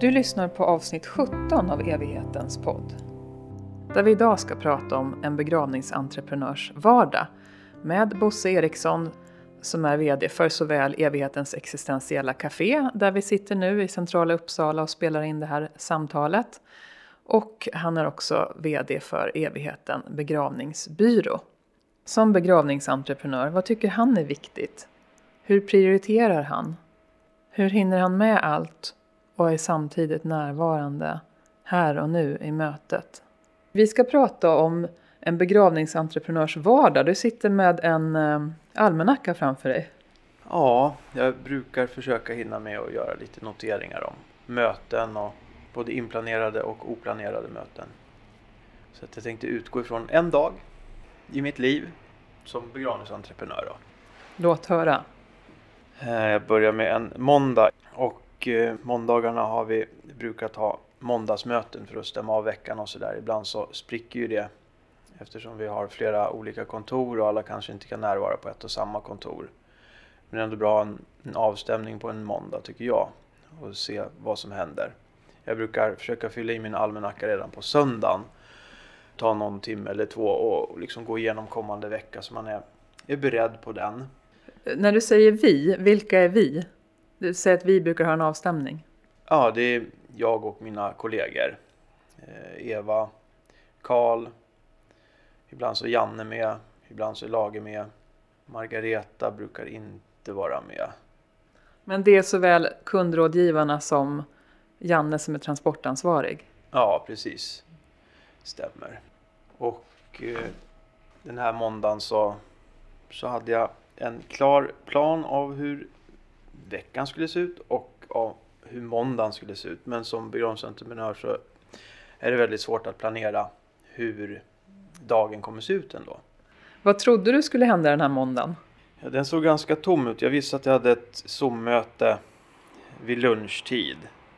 Du lyssnar på avsnitt 17 av Evighetens podd. Där vi idag ska prata om en begravningsentreprenörs vardag med Bosse Eriksson som är vd för såväl Evighetens existentiella café där vi sitter nu i centrala Uppsala och spelar in det här samtalet. Och han är också vd för Evigheten begravningsbyrå. Som begravningsentreprenör, vad tycker han är viktigt? Hur prioriterar han? Hur hinner han med allt och är samtidigt närvarande här och nu i mötet? Vi ska prata om en begravningsentreprenörs vardag. Du sitter med en almanacka framför dig. Ja, jag brukar försöka hinna med att göra lite noteringar om möten och både inplanerade och oplanerade möten. Så att jag tänkte utgå ifrån en dag i mitt liv som begravningsentreprenör då. Låt höra. Jag börjar med en måndag och måndagarna har vi brukat ha måndagsmöten för att stämma av veckan och sådär. Ibland så spricker ju det eftersom vi har flera olika kontor och alla kanske inte kan närvara på ett och samma kontor. Men det är ändå bra en avstämning på en måndag tycker jag och se vad som händer. Jag brukar försöka fylla i min almanacka redan på söndagen. Ta någon timme eller två och liksom gå igenom kommande vecka så man är beredd på den. När du säger vi, vilka är vi? Du säger att vi brukar ha en avstämning. Ja, det är jag och mina kollegor. Eva, Karl, ibland så är Janne med, ibland så är Lage med. Margareta brukar inte vara med. Men det är såväl kundrådgivarna som Janne som är transportansvarig. Ja, precis. Stämmer. Och den här måndagen så hade jag en klar plan av hur veckan skulle se ut och av hur måndagen skulle se ut. Men som begravningsentreprenör så är det väldigt svårt att planera hur dagen kommer se ut ändå. Vad trodde du skulle hända den här måndagen? Ja, den såg ganska tom ut. Jag visste att jag hade ett Zoom-möte vid lunchtid.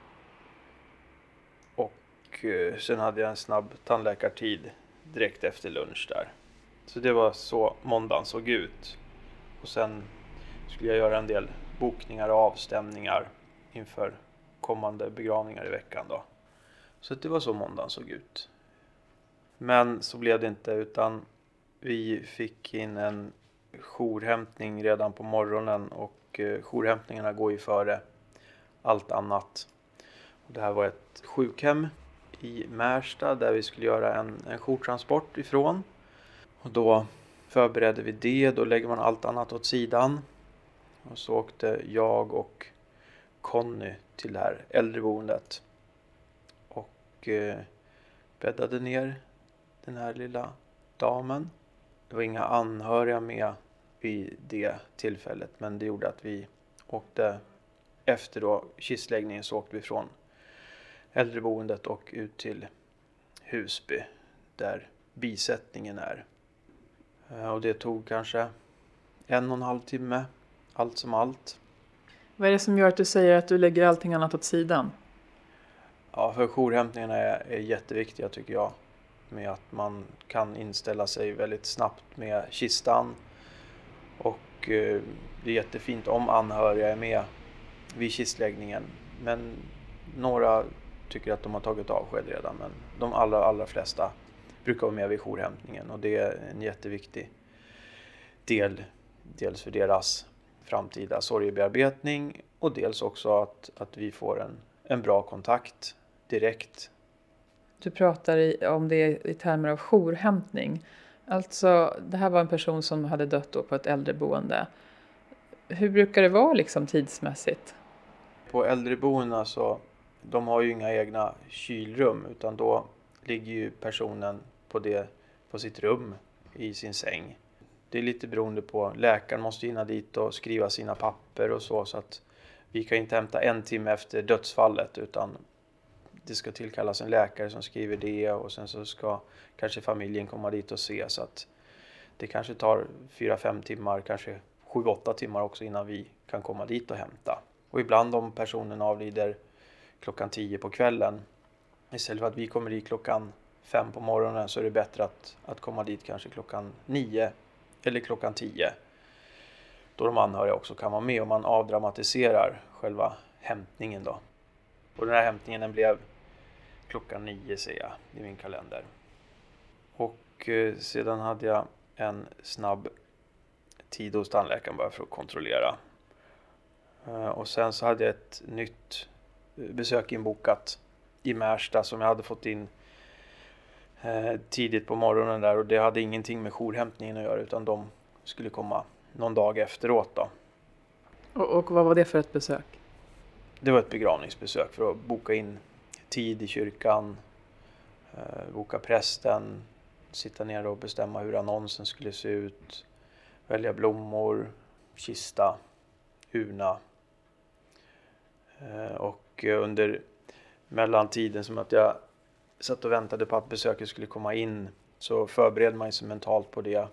Och sen hade jag en snabb tandläkartid direkt efter lunch där. Så det var så måndagen såg ut. Och sen skulle jag göra en del bokningar och avstämningar inför kommande begravningar i veckan då. Så det var så måndagen såg ut. Men så blev det inte utan vi fick in en jourhämtning redan på morgonen och jourhämtningarna går ju före allt annat. Och det här var ett sjukhem i Märsta där vi skulle göra en jourtransport ifrån. Och då förberedde vi det, då lägger man allt annat åt sidan. Och så åkte jag och Conny till det här äldreboendet. Och bäddade ner den här lilla damen. Det var inga anhöriga med vid det tillfället. Men det gjorde att vi åkte efter då kistläggningen så åkte vi från äldreboendet och ut till Husby. Där bisättningen är. Och det tog kanske 1,5 timme. Allt som allt. Vad är det som gör att du säger att du lägger allting annat åt sidan? Ja, för jourhämtningarna är jätteviktiga tycker jag. Med att man kan inställa sig väldigt snabbt med kistan. Och det är jättefint om anhöriga är med vid kistläggningen. Men några tycker att de har tagit avsked redan. Men de allra flesta brukar vara med vid jourhämtningen. Och det är en jätteviktig del. Dels för deras framtida sorgebearbetning. Och dels också att vi får en bra kontakt direkt. Du pratar om det i termer av jourhämtning. Alltså, det här var en person som hade dött då på ett äldreboende. Hur brukar det vara liksom tidsmässigt? På äldreboendena så de har ju inga egna kylrum utan då ligger ju personen på sitt rum i sin säng. Det är lite beroende på, läkaren måste hinna dit och skriva sina papper och så att vi kan inte hämta 1 timme efter dödsfallet utan det ska tillkallas en läkare som skriver det och sen så ska kanske familjen komma dit och se så att det kanske tar 4-5 timmar, kanske 7-8 timmar också innan vi kan komma dit och hämta. Och ibland om personen avlider klockan 10 på kvällen, istället för att vi kommer dit klockan 5 på morgonen så är det bättre att komma dit kanske klockan 9 eller klockan 10. Då de anhöriga också kan vara med och man avdramatiserar själva hämtningen då. Och den här hämtningen den blev klockan 9 ser jag i min kalender. Och sedan hade jag en snabb tid hos tandläkaren bara för att kontrollera. Och sen så hade jag ett nytt besök inbokat i Märsta som jag hade fått in tidigt på morgonen där. Och det hade ingenting med jourhämtningen att göra utan de skulle komma någon dag efteråt då. Och vad var det för ett besök? Det var ett begravningsbesök för att boka in tid i kyrkan, boka prästen, sitta ner och bestämma hur annonsen skulle se ut, välja blommor, kista, urna. Och under mellantiden som att jag satt och väntade på att besöket skulle komma in så förberedde man sig mentalt på det.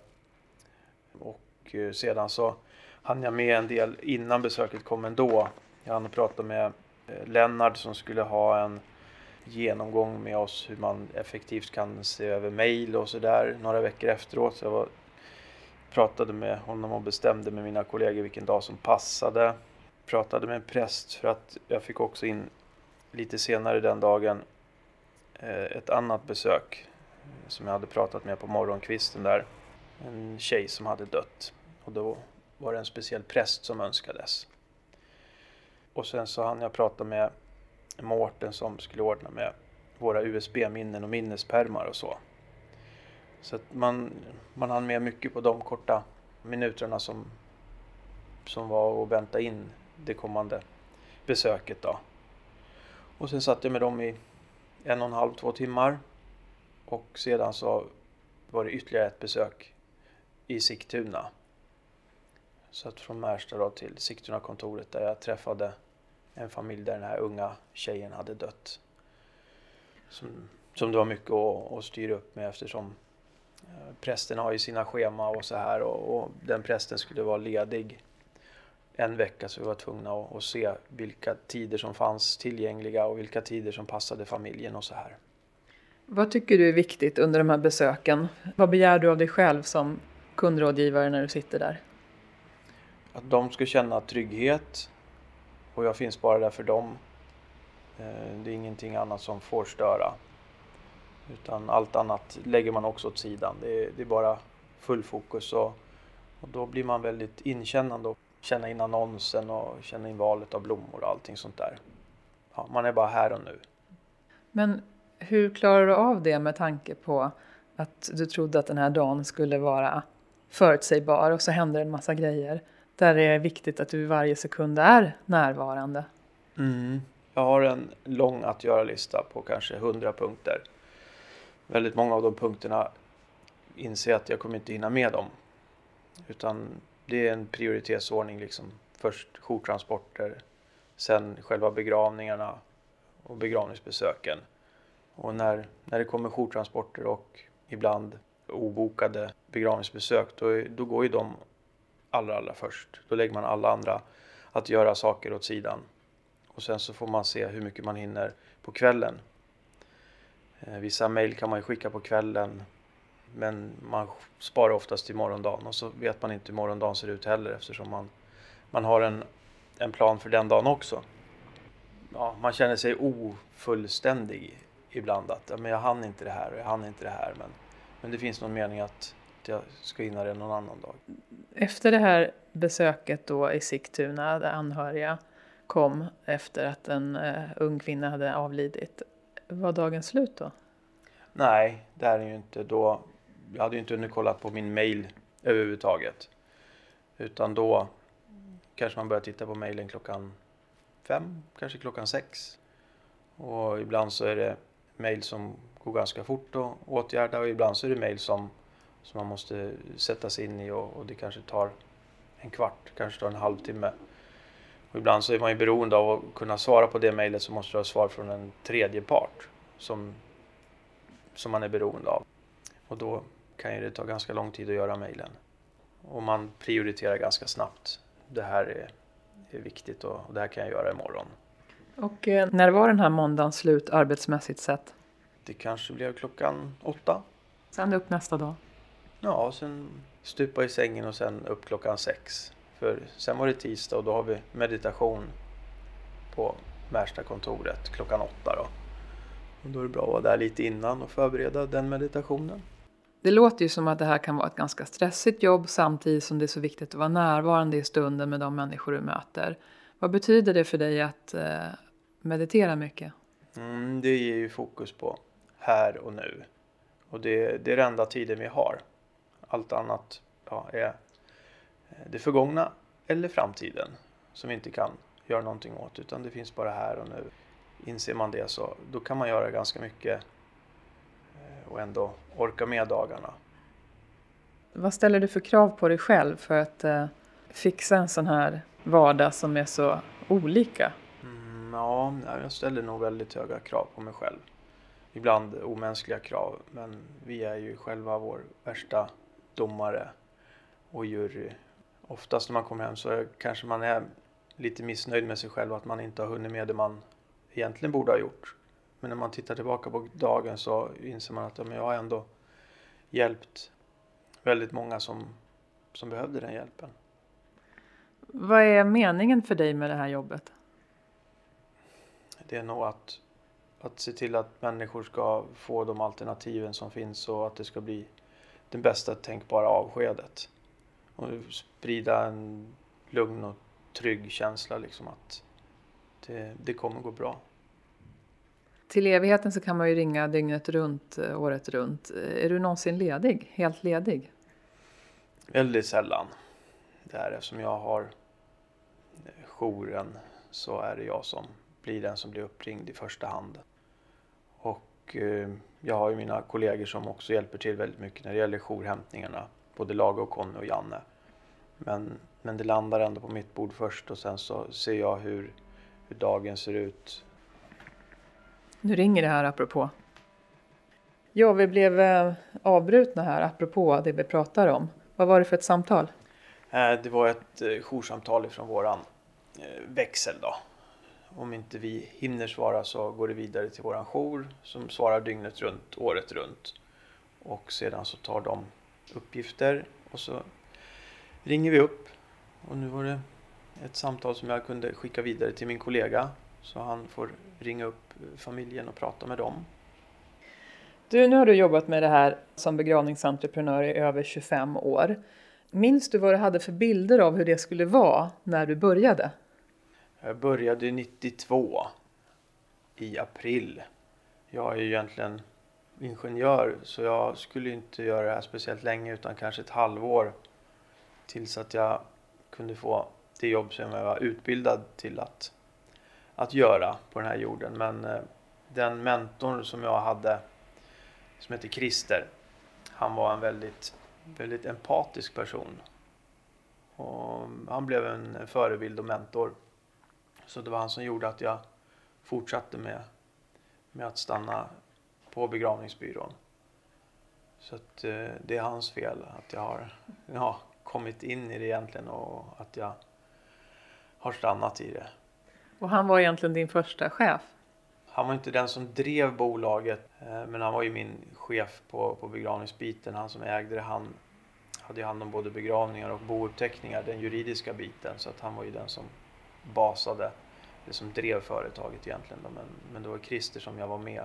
Och sedan så hann jag med en del innan besöket kom ändå. Jag hann prata med Lennart som skulle ha en genomgång med oss hur man effektivt kan se över mejl och sådär några veckor efteråt. Så jag pratade med honom och bestämde med mina kollegor vilken dag som passade. Pratade med en präst för att jag fick också in lite senare den dagen ett annat besök som jag hade pratat med på morgonkvisten där. En tjej som hade dött och då var det en speciell präst som önskades. Och sen så hann jag prata med Mårten som skulle ordna med våra USB-minnen och minnespärmar och så. Så att man hann med mycket på de korta minuterna som var att vänta in det kommande besöket då. Och sen satt jag med dem i 1,5-2 timmar. Och sedan så var det ytterligare ett besök i Sigtuna. Så att från Märsta då till Sigtuna-kontoret där jag träffade en familj där den här unga tjejen hade dött. Som det var mycket att styra upp med eftersom prästen har ju sina schema och så här. Och den prästen skulle vara ledig en vecka så vi var tvungna att se vilka tider som fanns tillgängliga och vilka tider som passade familjen och så här. Vad tycker du är viktigt under de här besöken? Vad begär du av dig själv som kundrådgivare när du sitter där? Att de ska känna trygghet och jag finns bara där för dem. Det är ingenting annat som får störa. Utan allt annat lägger man också åt sidan. Det är bara full fokus och då blir man väldigt inkännande och känna in annonsen och känna in valet av blommor och allting sånt där. Ja, man är bara här och nu. Men hur klarar du av det med tanke på att du trodde att den här dagen skulle vara förutsägbar och så händer en massa grejer där det är viktigt att du varje sekund är närvarande? Jag har en lång att göra-lista på kanske 100 punkter. Väldigt många av de punkterna inser att jag kommer inte hinna med dem. Utan det är en prioritetsordning liksom. Först jourtransporter, sen själva begravningarna och begravningsbesöken. Och när det kommer jourtransporter och ibland obokade begravningsbesök då går ju de allra först. Då lägger man alla andra att göra saker åt sidan. Och sen så får man se hur mycket man hinner på kvällen. Vissa mejl kan man ju skicka på kvällen. Men man sparar oftast till morgondagen. Och så vet man inte hur morgondagen ser ut heller. Eftersom man har en plan för den dagen också. Ja, man känner sig ofullständig ibland. Att men jag hann inte det här och jag hann inte det här. Men det finns någon mening att jag ska hinna det någon annan dag. Efter det här besöket då i Sigtuna där anhöriga kom efter att en ung kvinna hade avlidit. Var dagen slut då? Nej, det är ju inte då. Jag hade ju inte hunnit kolla på min mail överhuvudtaget. Utan då kanske man börjar titta på mailen klockan 5, kanske klockan 6. Och ibland så är det mail som går ganska fort att åtgärda. Och ibland så är det mail som man måste sätta sig in i och det kanske tar en kvart, kanske tar en halvtimme. Och ibland så är man ju beroende av att kunna svara på det mejlet så måste du ha svar från en tredje part som man är beroende av. Och då kan ju det ta ganska lång tid att göra mejlen. Och man prioriterar ganska snabbt. Det här är viktigt och det här kan jag göra imorgon. Och när var den här måndagen slut arbetsmässigt sett? Det kanske blev klockan 8. Sen upp nästa dag? Ja, sen stupa i sängen och sen upp klockan 6. För sen var det tisdag och då har vi meditation på Märsta-kontoret klockan 8 då. Och då är det bra att vara där lite innan och förbereda den meditationen. Det låter ju som att det här kan vara ett ganska stressigt jobb samtidigt som det är så viktigt att vara närvarande i stunden med de människor du möter. Vad betyder det för dig att meditera mycket? Det ger ju fokus på här och nu. Och det är den enda tiden vi har. Allt annat är det förgångna eller framtiden som vi inte kan göra någonting åt. Utan det finns bara här och nu. Inser man det så då kan man göra ganska mycket och ändå orka med dagarna. Vad ställer du för krav på dig själv för att fixa en sån här vardag som är så olika? Jag ställer nog väldigt höga krav på mig själv. Ibland omänskliga krav, men vi är ju själva vår värsta domare och jury. Oftast när man kommer hem så kanske man är lite missnöjd med sig själv att man inte har hunnit med det man egentligen borde ha gjort. Men när man tittar tillbaka på dagen så inser man att jag har ändå hjälpt väldigt många som behövde den hjälpen. Vad är meningen för dig med det här jobbet? Det är nog att se till att människor ska få de alternativen som finns och att det ska bli det bästa tänkbara avskedet. Och sprida en lugn och trygg känsla liksom att det kommer gå bra. Till evigheten så kan man ju ringa dygnet runt, året runt. Är du någonsin ledig? Helt ledig? Väldigt sällan. Eftersom jag har jouren så är det jag som blir den som blir uppringd i första hand. Och jag har ju mina kollegor som också hjälper till väldigt mycket när det gäller jourhämtningarna. Både Lag och Conny och Janne. Men det landar ändå på mitt bord först och sen så ser jag hur dagen ser ut. Nu ringer det här apropå. Ja, vi blev avbrutna här apropå det vi pratar om. Vad var det för ett samtal? Det var ett joursamtal från våran växel då. Om inte vi hinner svara så går det vidare till våran jour som svarar dygnet runt, året runt. Och sedan så tar de uppgifter och så ringer vi upp. Och nu var det ett samtal som jag kunde skicka vidare till min kollega. Så han får ringa upp familjen och prata med dem. Nu har du jobbat med det här som begravningsentreprenör i över 25 år. Minns du vad du hade för bilder av hur det skulle vara när du började? Jag började 92 i april. Jag är ju egentligen ingenjör så jag skulle inte göra det här speciellt länge utan kanske ett halvår tills att jag kunde få det jobb som jag var utbildad till att göra på den här jorden. Men den mentor som jag hade som heter Christer, han var en väldigt, väldigt empatisk person. Och han blev en förebild och mentor. Så det var han som gjorde att jag fortsatte med att stanna på begravningsbyrån. Så att det är hans fel att jag har kommit in i det egentligen och att jag har stannat i det. Och han var egentligen din första chef? Han var inte den som drev bolaget, men han var ju min chef på begravningsbiten. Han som ägde det, han hade hand om både begravningar och bouppteckningar, den juridiska biten. Så att han var ju den som basade, det som drev företaget egentligen. Men det var Christer som jag var med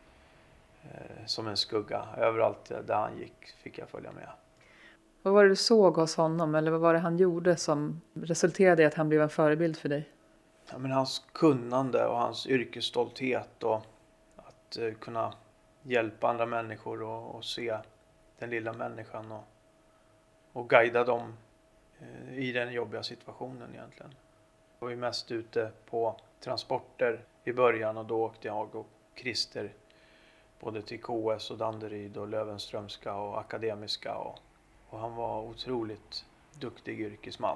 som en skugga. Överallt där han gick fick jag följa med. Vad var det du såg hos honom eller vad var det han gjorde som resulterade i att han blev en förebild för dig? Ja, men hans kunnande och hans yrkesstolthet och att kunna hjälpa andra människor och se den lilla människan och guida dem i den jobbiga situationen egentligen. Jag var ju mest ute på transporter i början och då åkte jag och Christer både till KS och Danderyd och Löwenströmska och Akademiska och han var otroligt duktig yrkesman.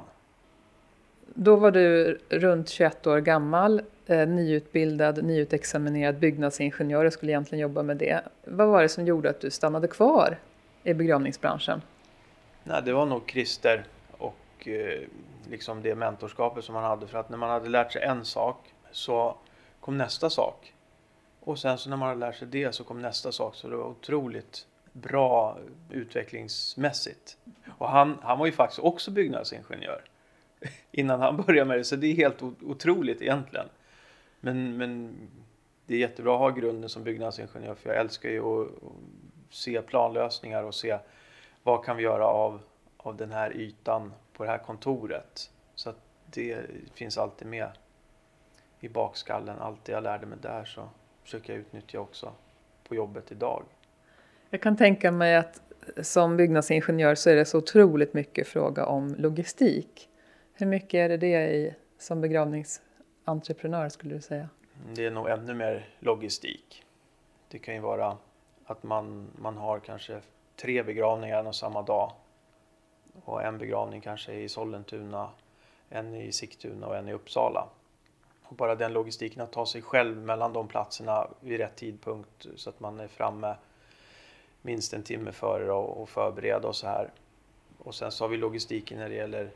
Då var du runt 21 år gammal, nyutexaminerad byggnadsingenjör och skulle egentligen jobba med det. Vad var det som gjorde att du stannade kvar i begravningsbranschen? Nej, det var nog Christer och liksom det mentorskapet som man hade. För att när man hade lärt sig en sak så kom nästa sak. Och sen så när man hade lärt sig det så kom nästa sak. Så det var otroligt bra utvecklingsmässigt. Och han var ju faktiskt också byggnadsingenjör innan han började med det. Så det är helt otroligt egentligen. Men det är jättebra att ha grunden som byggnadsingenjör, för jag älskar ju att se planlösningar och se vad kan vi göra av den här ytan på det här kontoret. Så att det finns alltid med i bakskallen. Allt det jag lärde mig där så försöker jag utnyttja också på jobbet idag. Jag kan tänka mig att som byggnadsingenjör så är det så otroligt mycket fråga om logistik. Hur mycket är det som begravningsentreprenör skulle du säga? Det är nog ännu mer logistik. Det kan ju vara att man har kanske 3 begravningar någon samma dag. Och en begravning kanske är i Sollentuna, en i Sigtuna och en i Uppsala. Och bara den logistiken att ta sig själv mellan de platserna vid rätt tidpunkt så att man är framme minst en timme före och förbereda och så här. Och sen så har vi logistiken när det gäller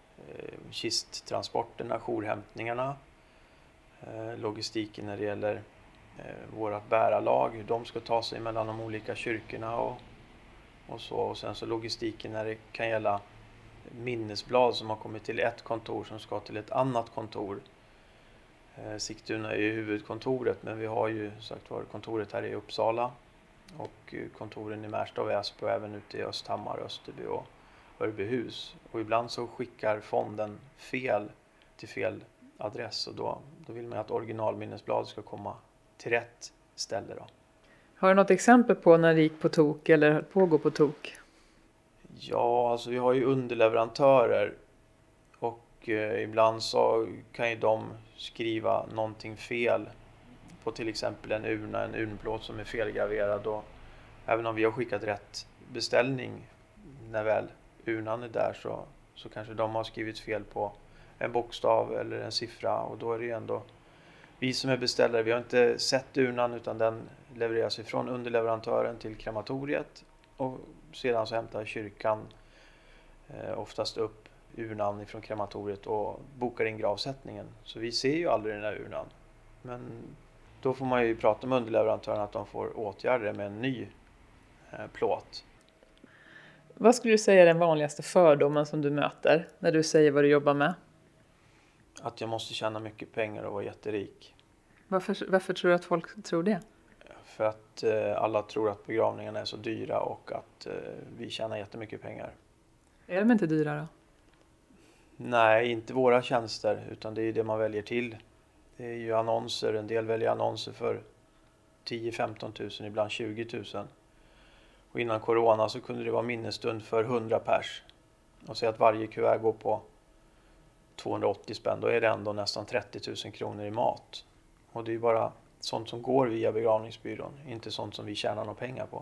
kisttransporterna, jourhämtningarna. Logistiken när det gäller vårat bärarlag, hur de ska ta sig mellan de olika kyrkorna och så. Och sen så logistiken när det kan gälla minnesblad som har kommit till ett kontor som ska till ett annat kontor. Sigtuna är ju huvudkontoret, men vi har ju sagt var kontoret här i Uppsala och kontoren i Märsta och Väsby och även ute i Östhammar, Österby och Örbyhus. Och ibland så skickar fonden fel till fel adress och då vill man att originalminnesblad ska komma till rätt ställe då. Har du något exempel på när det gick på tok eller höll på att gå på tok? Ja, alltså vi har ju underleverantörer och ibland så kan ju de skriva någonting fel på till exempel en urnplåt som är felgraverad, och även om vi har skickat rätt beställning när väl urnan är där så kanske de har skrivit fel på en bokstav eller en siffra, och då är det ju ändå vi som är beställare. Vi har inte sett urnan utan den levereras ifrån underleverantören till krematoriet och sedan så hämtar kyrkan oftast upp urnan ifrån krematoriet och bokar in gravsättningen. Så vi ser ju aldrig den här urnan. Men då får man ju prata med underleverantören att de får åtgärda det med en ny plåt. Vad skulle du säga är den vanligaste fördomen som du möter när du säger vad du jobbar med? Att jag måste tjäna mycket pengar och vara jätterik. Varför tror du att folk tror det? För att alla tror att begravningarna är så dyra och att vi tjänar jättemycket pengar. Är de inte dyra då? Nej, inte våra tjänster, utan det är det man väljer till. Det är ju annonser, en del väljer annonser för 10-15 000, ibland 20 000. Och innan corona så kunde det vara minnesstund för 100 pers. Och säga att varje kuvert går på 280 spänn, då är det ändå nästan 30 000 kronor i mat. Och det är ju bara sånt som går via begravningsbyrån, inte sånt som vi tjänar några pengar på.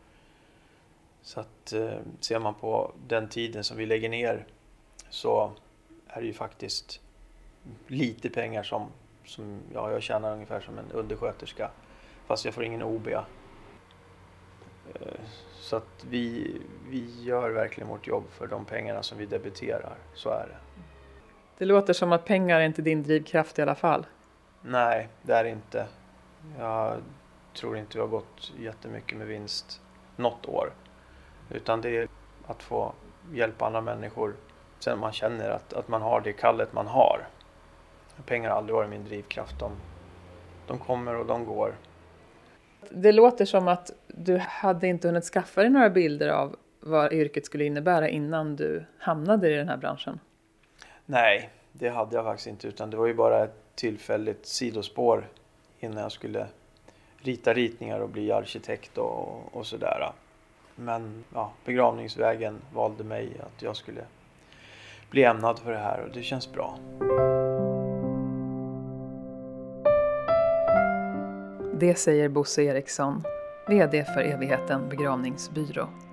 Så att ser man på den tiden som vi lägger ner så är det ju faktiskt lite pengar som jag tjänar ungefär som en undersköterska, fast jag får ingen OB. Så att vi gör verkligen vårt jobb för de pengarna som vi debiterar, så är det. Det låter som att pengar är inte din drivkraft i alla fall. Nej, det är inte. Jag tror inte vi har gått jättemycket med vinst något år. Utan det är att få hjälpa andra människor. Sen man känner att man har det kallet man har. Pengar har aldrig varit min drivkraft. De kommer och de går. Det låter som att du hade inte hunnit skaffa dig några bilder av vad yrket skulle innebära innan du hamnade i den här branschen. Nej, det hade jag faktiskt inte, utan det var ju bara ett tillfälligt sidospår innan jag skulle rita ritningar och bli arkitekt och sådär. Men ja, begravningsvägen valde mig att jag skulle bli ämnad för det här, och det känns bra. Det säger Bosse Eriksson, vd för Evigheten begravningsbyrå.